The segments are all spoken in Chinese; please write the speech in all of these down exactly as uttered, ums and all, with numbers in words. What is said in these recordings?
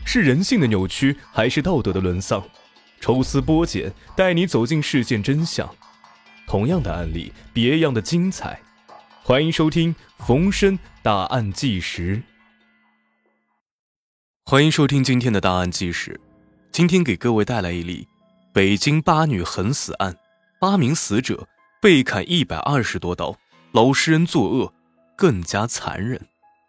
是人性的扭曲，还是道德的沦丧？抽丝剥茧，带你走进事件真相。同样的案例，别样的精彩。欢迎收听冯生大案纪实。欢迎收听今天的大案纪实。今天给各位带来一例北京八女横死案，八名死者被砍一百二十多刀，老实人作恶更加残忍。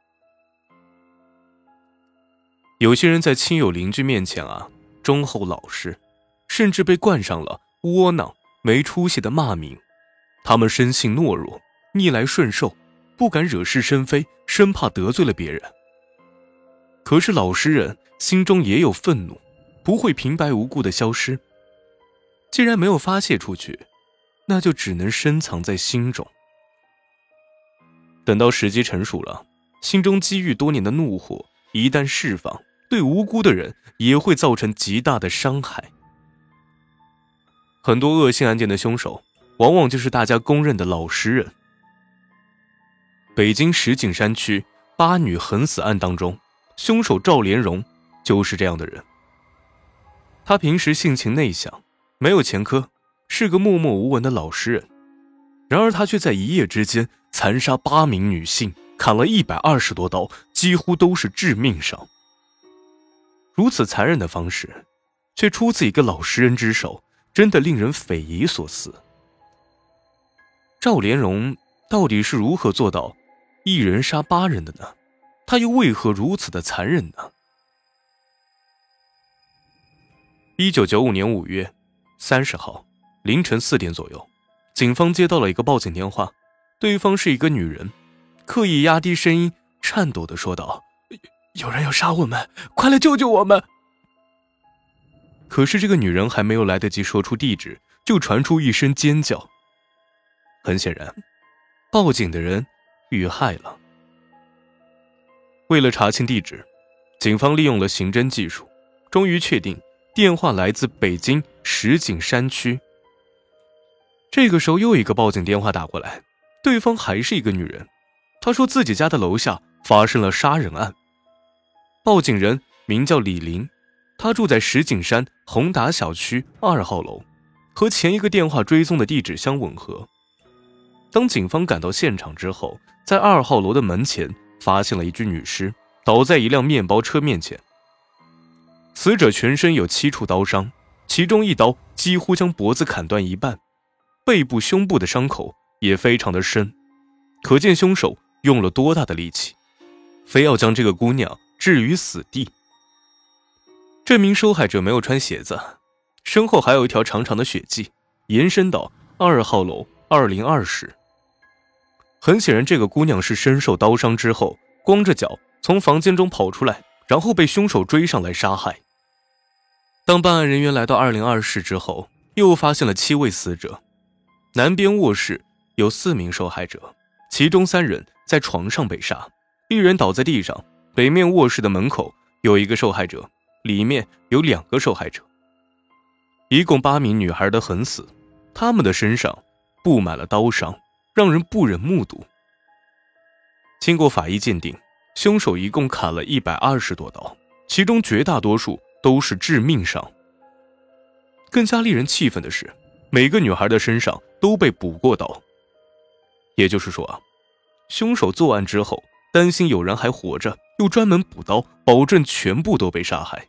有些人在亲友邻居面前啊，忠厚老实，甚至被冠上了窝囊、没出息的骂名。他们生性懦弱，逆来顺受，不敢惹是生非，生怕得罪了别人。可是老实人心中也有愤怒，不会平白无故的消失。既然没有发泄出去，那就只能深藏在心中。等到时机成熟了，心中积郁多年的怒火一旦释放，对无辜的人也会造成极大的伤害。很多恶性案件的凶手往往就是大家公认的老实人。北京石景山区八女横死案当中，凶手赵连荣就是这样的人。他平时性情内向，没有前科，是个默默无闻的老实人。然而他却在一夜之间残杀八名女性，砍了一百二十多刀，几乎都是致命伤。如此残忍的方式，却出自一个老实人之手，真的令人匪夷所思。赵连荣到底是如何做到一人杀八人的呢？他又为何如此的残忍呢？一九九五年五月三十号凌晨四点左右，警方接到了一个报警电话，对方是一个女人，刻意压低声音，颤抖地说道：有人要杀我们，快来救救我们！可是这个女人还没有来得及说出地址，就传出一声尖叫。很显然，报警的人遇害了。为了查清地址，警方利用了刑侦技术，终于确定电话来自北京石景山区。这个时候又一个报警电话打过来，对方还是一个女人，她说自己家的楼下发生了杀人案。报警人名叫李玲，她住在石景山宏达小区二号楼，和前一个电话追踪的地址相吻合。当警方赶到现场之后，在二号楼的门前发现了一具女尸，倒在一辆面包车面前。死者全身有七处刀伤，其中一刀几乎将脖子砍断一半，背部胸部的伤口也非常的深，可见凶手用了多大的力气，非要将这个姑娘置于死地。这名受害者没有穿鞋子，身后还有一条长长的血迹，延伸到二号楼二零二室。很显然，这个姑娘是身受刀伤之后，光着脚从房间中跑出来，然后被凶手追上来杀害。当办案人员来到二零二室之后，又发现了七位死者。南边卧室有四名受害者，其中三人在床上被杀，一人倒在地上。北面卧室的门口有一个受害者，里面有两个受害者。一共八名女孩的横死，她们的身上布满了刀伤，让人不忍目睹。经过法医鉴定，凶手一共砍了一百二十多刀，其中绝大多数都是致命伤。更加令人气愤的是，每个女孩的身上都被补过刀。也就是说啊，凶手作案之后，担心有人还活着，又专门补刀，保证全部都被杀害。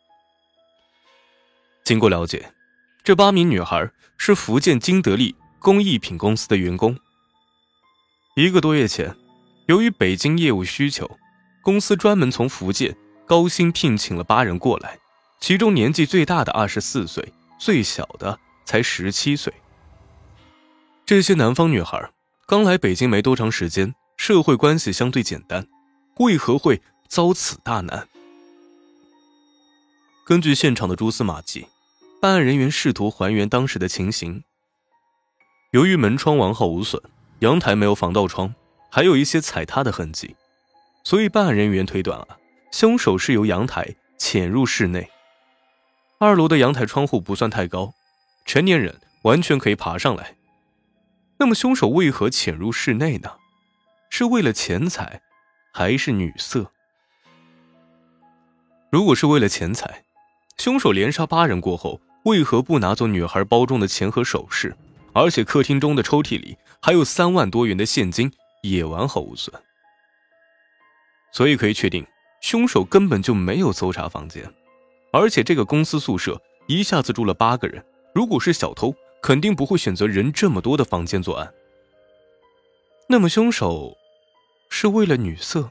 经过了解，这八名女孩是福建金德利工艺品公司的员工。一个多月前，由于北京业务需求，公司专门从福建高薪聘请了八人过来，其中年纪最大的二十四岁，最小的才十七岁。这些南方女孩刚来北京没多长时间，社会关系相对简单，为何会遭此大难？根据现场的蛛丝马迹，办案人员试图还原当时的情形。由于门窗完好无损，阳台没有防盗窗，还有一些踩踏的痕迹，所以办案人员推断啊，凶手是由阳台潜入室内。二楼的阳台窗户不算太高，成年人完全可以爬上来。那么凶手为何潜入室内呢？是为了钱财，还是女色？ 如果是为了钱财，凶手连杀八人过后，为何不拿走女孩包中的钱和首饰？而且客厅中的抽屉里还有三万多元的现金，也完好无损。所以可以确定，凶手根本就没有搜查房间。而且这个公司宿舍一下子住了八个人，如果是小偷，肯定不会选择人这么多的房间作案。那么凶手是为了女色？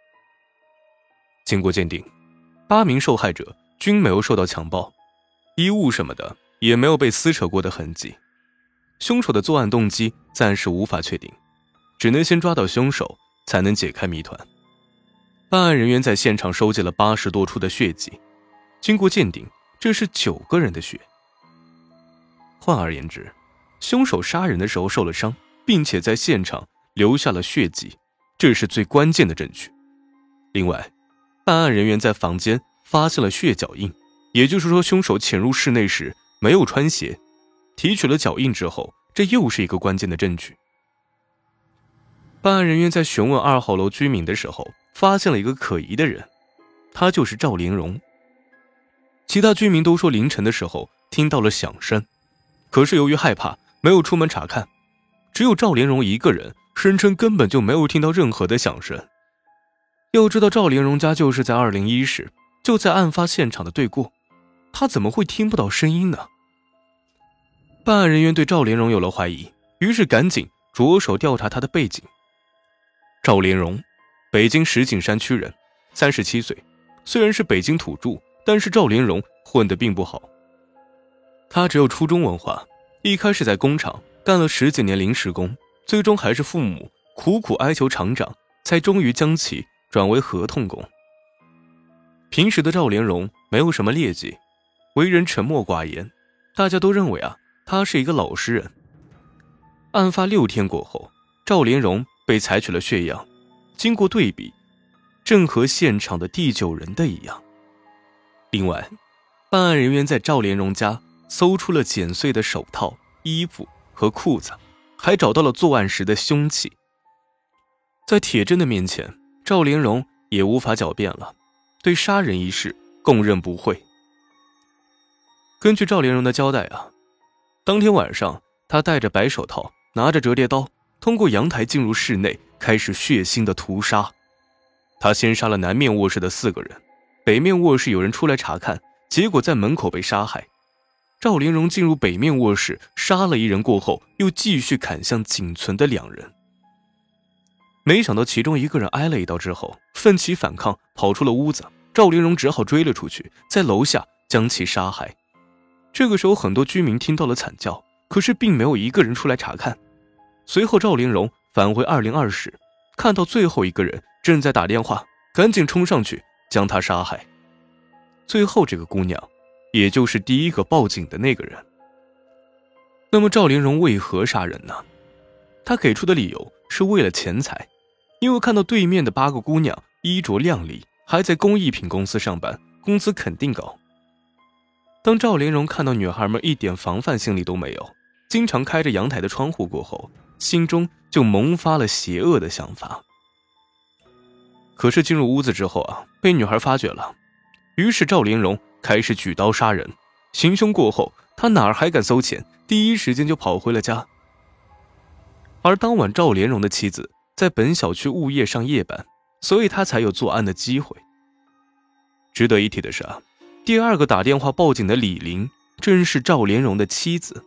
经过鉴定，八名受害者均没有受到强暴，衣物什么的也没有被撕扯过的痕迹。凶手的作案动机暂时无法确定，只能先抓到凶手，才能解开谜团。办案人员在现场收集了八十多处的血迹，经过鉴定，这是九个人的血。换而言之，凶手杀人的时候受了伤，并且在现场留下了血迹，这是最关键的证据。另外，办案人员在房间发现了血脚印，也就是说凶手潜入室内时没有穿鞋，提取了脚印之后，这又是一个关键的证据。办案人员在询问二号楼居民的时候，发现了一个可疑的人，他就是赵连荣。其他居民都说凌晨的时候听到了响声，可是由于害怕，没有出门查看，只有赵连荣一个人声称根本就没有听到任何的响声。要知道赵连荣家就是在二零一室，就在案发现场的对过，他怎么会听不到声音呢？办案人员对赵连荣有了怀疑，于是赶紧着手调查他的背景。赵连荣，北京石景山区人，三十七岁，虽然是北京土著，但是赵连荣混得并不好。他只有初中文化，一开始在工厂干了十几年临时工，最终还是父母苦苦哀求厂长，才终于将其转为合同工。平时的赵连荣没有什么劣迹，为人沉默寡言，大家都认为啊，他是一个老实人。案发六天过后，赵连荣被采取了血样，经过对比，正和现场的第九人的一样。另外，办案人员在赵连荣家搜出了剪碎的手套、衣服和裤子，还找到了作案时的凶器。在铁证的面前，赵连荣也无法狡辩了，对杀人一事供认不讳。根据赵连荣的交代啊，当天晚上他戴着白手套，拿着折叠刀，通过阳台进入室内，开始血腥的屠杀。他先杀了南面卧室的四个人，北面卧室有人出来查看，结果在门口被杀害。赵连荣进入北面卧室杀了一人过后，又继续砍向仅存的两人。没想到其中一个人挨了一刀之后，奋起反抗，跑出了屋子，赵连荣只好追了出去，在楼下将其杀害。这个时候很多居民听到了惨叫，可是并没有一个人出来查看。随后赵连荣返回二零二室，看到最后一个人正在打电话，赶紧冲上去将他杀害。最后这个姑娘也就是第一个报警的那个人。那么赵连荣为何杀人呢？他给出的理由是为了钱财，因为看到对面的八个姑娘衣着靓丽，还在工艺品公司上班，工资肯定高。当赵连荣看到女孩们一点防范心理都没有，经常开着阳台的窗户过后，心中就萌发了邪恶的想法。可是进入屋子之后啊，被女孩发觉了，于是赵连荣开始举刀杀人。行凶过后，他哪儿还敢搜钱，第一时间就跑回了家。而当晚赵连荣的妻子在本小区物业上夜班，所以他才有作案的机会。值得一提的是啊，第二个打电话报警的李玲正是赵连荣的妻子。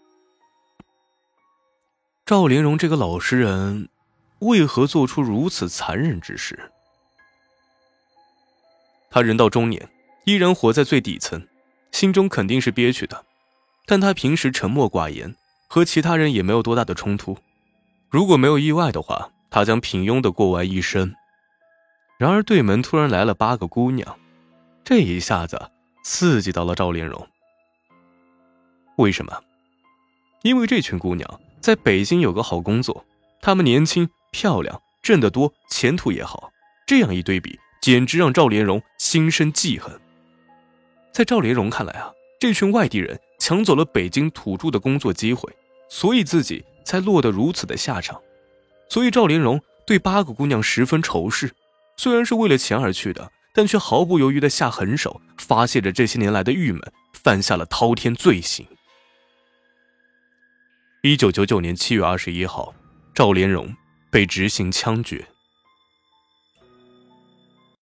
赵连荣这个老实人为何做出如此残忍之事？他人到中年，依然活在最底层，心中肯定是憋屈的，但他平时沉默寡言，和其他人也没有多大的冲突。如果没有意外的话，他将平庸的过完一生。然而对门突然来了八个姑娘，这一下子刺激到了赵连荣。为什么？因为这群姑娘在北京有个好工作，她们年轻漂亮，挣得多，前途也好，这样一对比，简直让赵连荣心生记恨。在赵连荣看来啊，这群外地人抢走了北京土著的工作机会，所以自己才落得如此的下场。所以赵连荣对八个姑娘十分仇视，虽然是为了钱而去的， 但却毫不犹豫地下狠手，发泄着这些年来的郁闷，犯下了滔天罪行。一九九九年七月二十一号，赵连荣被执行枪决。